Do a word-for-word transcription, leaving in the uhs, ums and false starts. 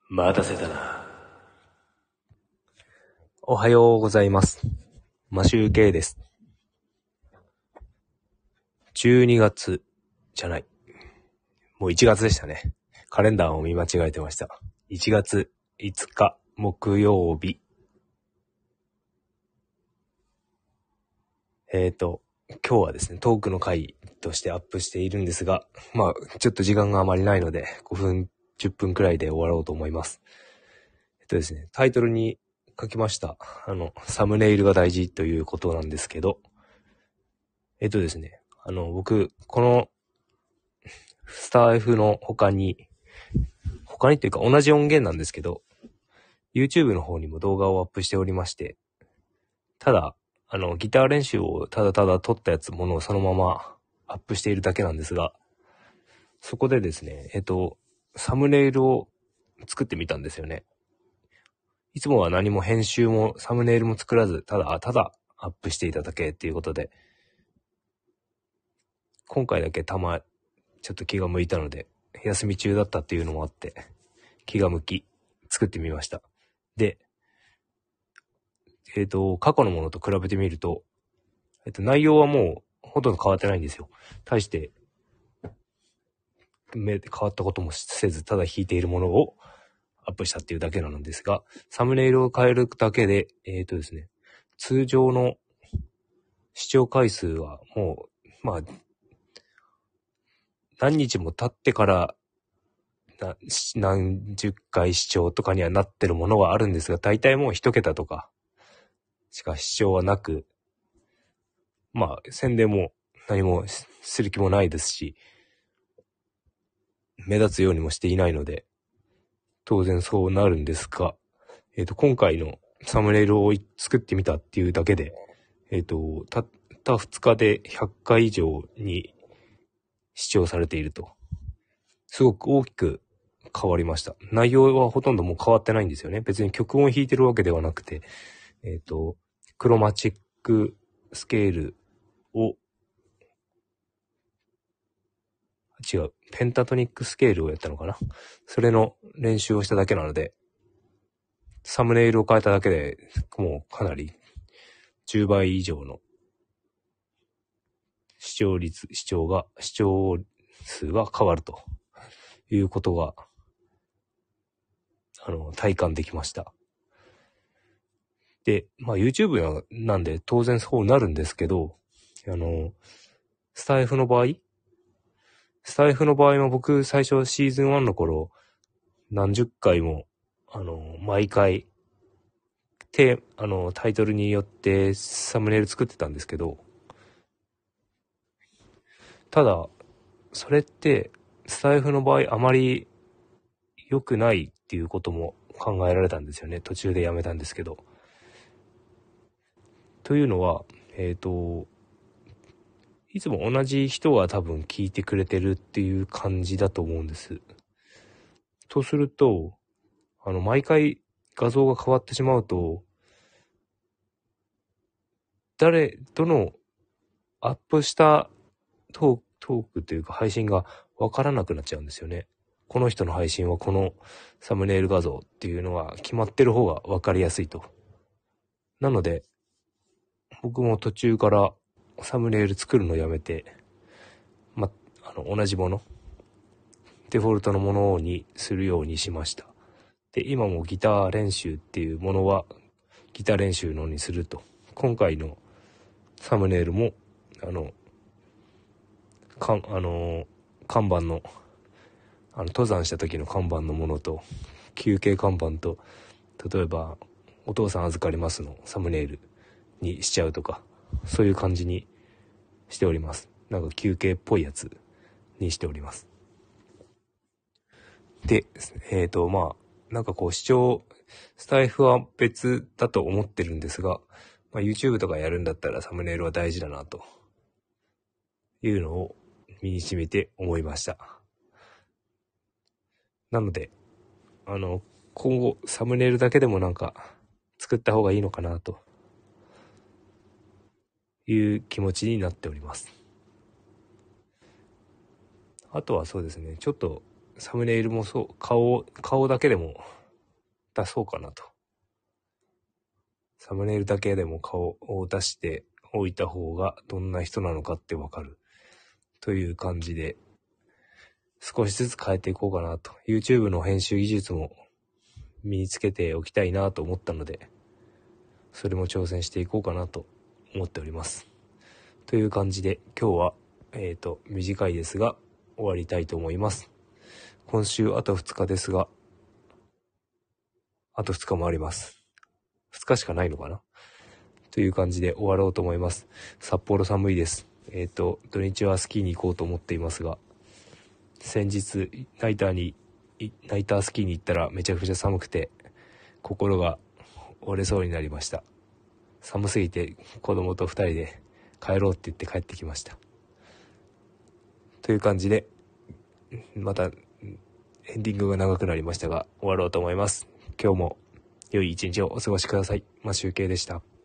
待たせたな。 おはようございます。マシュウケイです。じゅうにがつじゃない。もういちがつでしたね。カレンダーを見間違えてました。いちがついつか木曜日。えーと、今日はですね、トークの回としてアップしているんですが、まあ、ちょっと時間があまりないので、ごふん、じゅっぷんくらいで終わろうと思います。えっとですね、タイトルに書きました。あの、サムネイルが大事ということなんですけど、えっとですね、あの、僕、この、スタイフの他に、他にっていうか同じ音源なんですけど、YouTube の方にも動画をアップしておりまして、ただ、あの、ギター練習をただただ撮ったやつものをそのままアップしているだけなんですが、そこでですね、えっと、サムネイルを作ってみたんですよね。いつもは何も編集もサムネイルも作らず、ただ、ただアップしていただけっていうことで、今回だけたま、ちょっと気が向いたので、休み中だったっていうのもあって、気が向き、作ってみました。で、えっと、過去のものと比べてみると、えっと、内容はもうほとんど変わってないんですよ。対して、変わったこともせず、ただ弾いているものをアップしたっていうだけなのですが、サムネイルを変えるだけで、えっとですね、通常の視聴回数はもう、まあ、何日も経ってからな何十回視聴とかにはなってるものはあるんですが、大体もう一桁とかしか視聴はなく、まあ宣伝も何もする気もないですし、目立つようにもしていないので、当然そうなるんですが、えっと今回のサムネイルを作ってみたっていうだけで、えっとたったふつかでひゃっかい以上に視聴されていると、すごく大きく変わりました。内容はほとんどもう変わってないんですよね。別に曲音弾いてるわけではなくて、えっと、クロマチックスケールを、違う、ペンタトニックスケールをやったのかな。それの練習をしただけなので、サムネイルを変えただけでもうかなりじゅうばい以上の視聴率、視聴が、視聴数が変わるということが、あの、体感できました。で、まあ YouTube なんで当然そうなるんですけど、あの、スタイフの場合、スタイフの場合も僕最初シーズンワンの頃何十回も、あの、毎回、て、あの、タイトルによってサムネイル作ってたんですけど、ただ、それって、スタイフの場合あまり良くないっていうことも考えられたんですよね。途中でやめたんですけど。というのは、えっと、いつも同じ人が多分聞いてくれてるっていう感じだと思うんです。とすると、あの、毎回画像が変わってしまうと、誰、どのアップしたトーク、トークというか配信がわからなくなっちゃうんですよね。この人の配信はこのサムネイル画像っていうのが決まってる方がわかりやすいと。なので、僕も途中からサムネイル作るのやめて、ま、あの、同じもの、デフォルトのものにするようにしました。で、今もギター練習っていうものはギター練習のにすると。今回のサムネイルも、あの、かん、あの、看板の、あの、登山した時の看板のものと、休憩看板と、例えば、お父さん預かりますのサムネイルにしちゃうとか、そういう感じにしております。なんか休憩っぽいやつにしております。で、えっと、まあ、なんかこう視聴、スタイフは別だと思ってるんですが、まあ、YouTube とかやるんだったらサムネイルは大事だなというのを身に染みて思いました。なので、あの、今後サムネイルだけでもなんか作った方がいいのかなという気持ちになっております。あとはそうですね、ちょっとサムネイルもそう、顔、顔だけでも出そうかなと。サムネイルだけでも顔を出しておいた方がどんな人なのかってわかるという感じで少しずつ変えていこうかなと。 YouTube の編集技術も身につけておきたいなと思ったので、それも挑戦していこうかなと思っております。という感じで今日はえーと短いですが終わりたいと思います。今週あとふつかですが、あとふつかもあります。ふつかしかないのかなという感じで終わろうと思います。札幌寒いです。えっと土日はスキーに行こうと思っていますが、先日ナイターにナイタースキーに行ったらめちゃくちゃ寒くて心が折れそうになりました。寒すぎて子供とふたりで帰ろうって言って帰ってきました。という感じでまたエンディングが長くなりましたが終わろうと思います。今日も良い一日をお過ごしください。マシュウケイでした。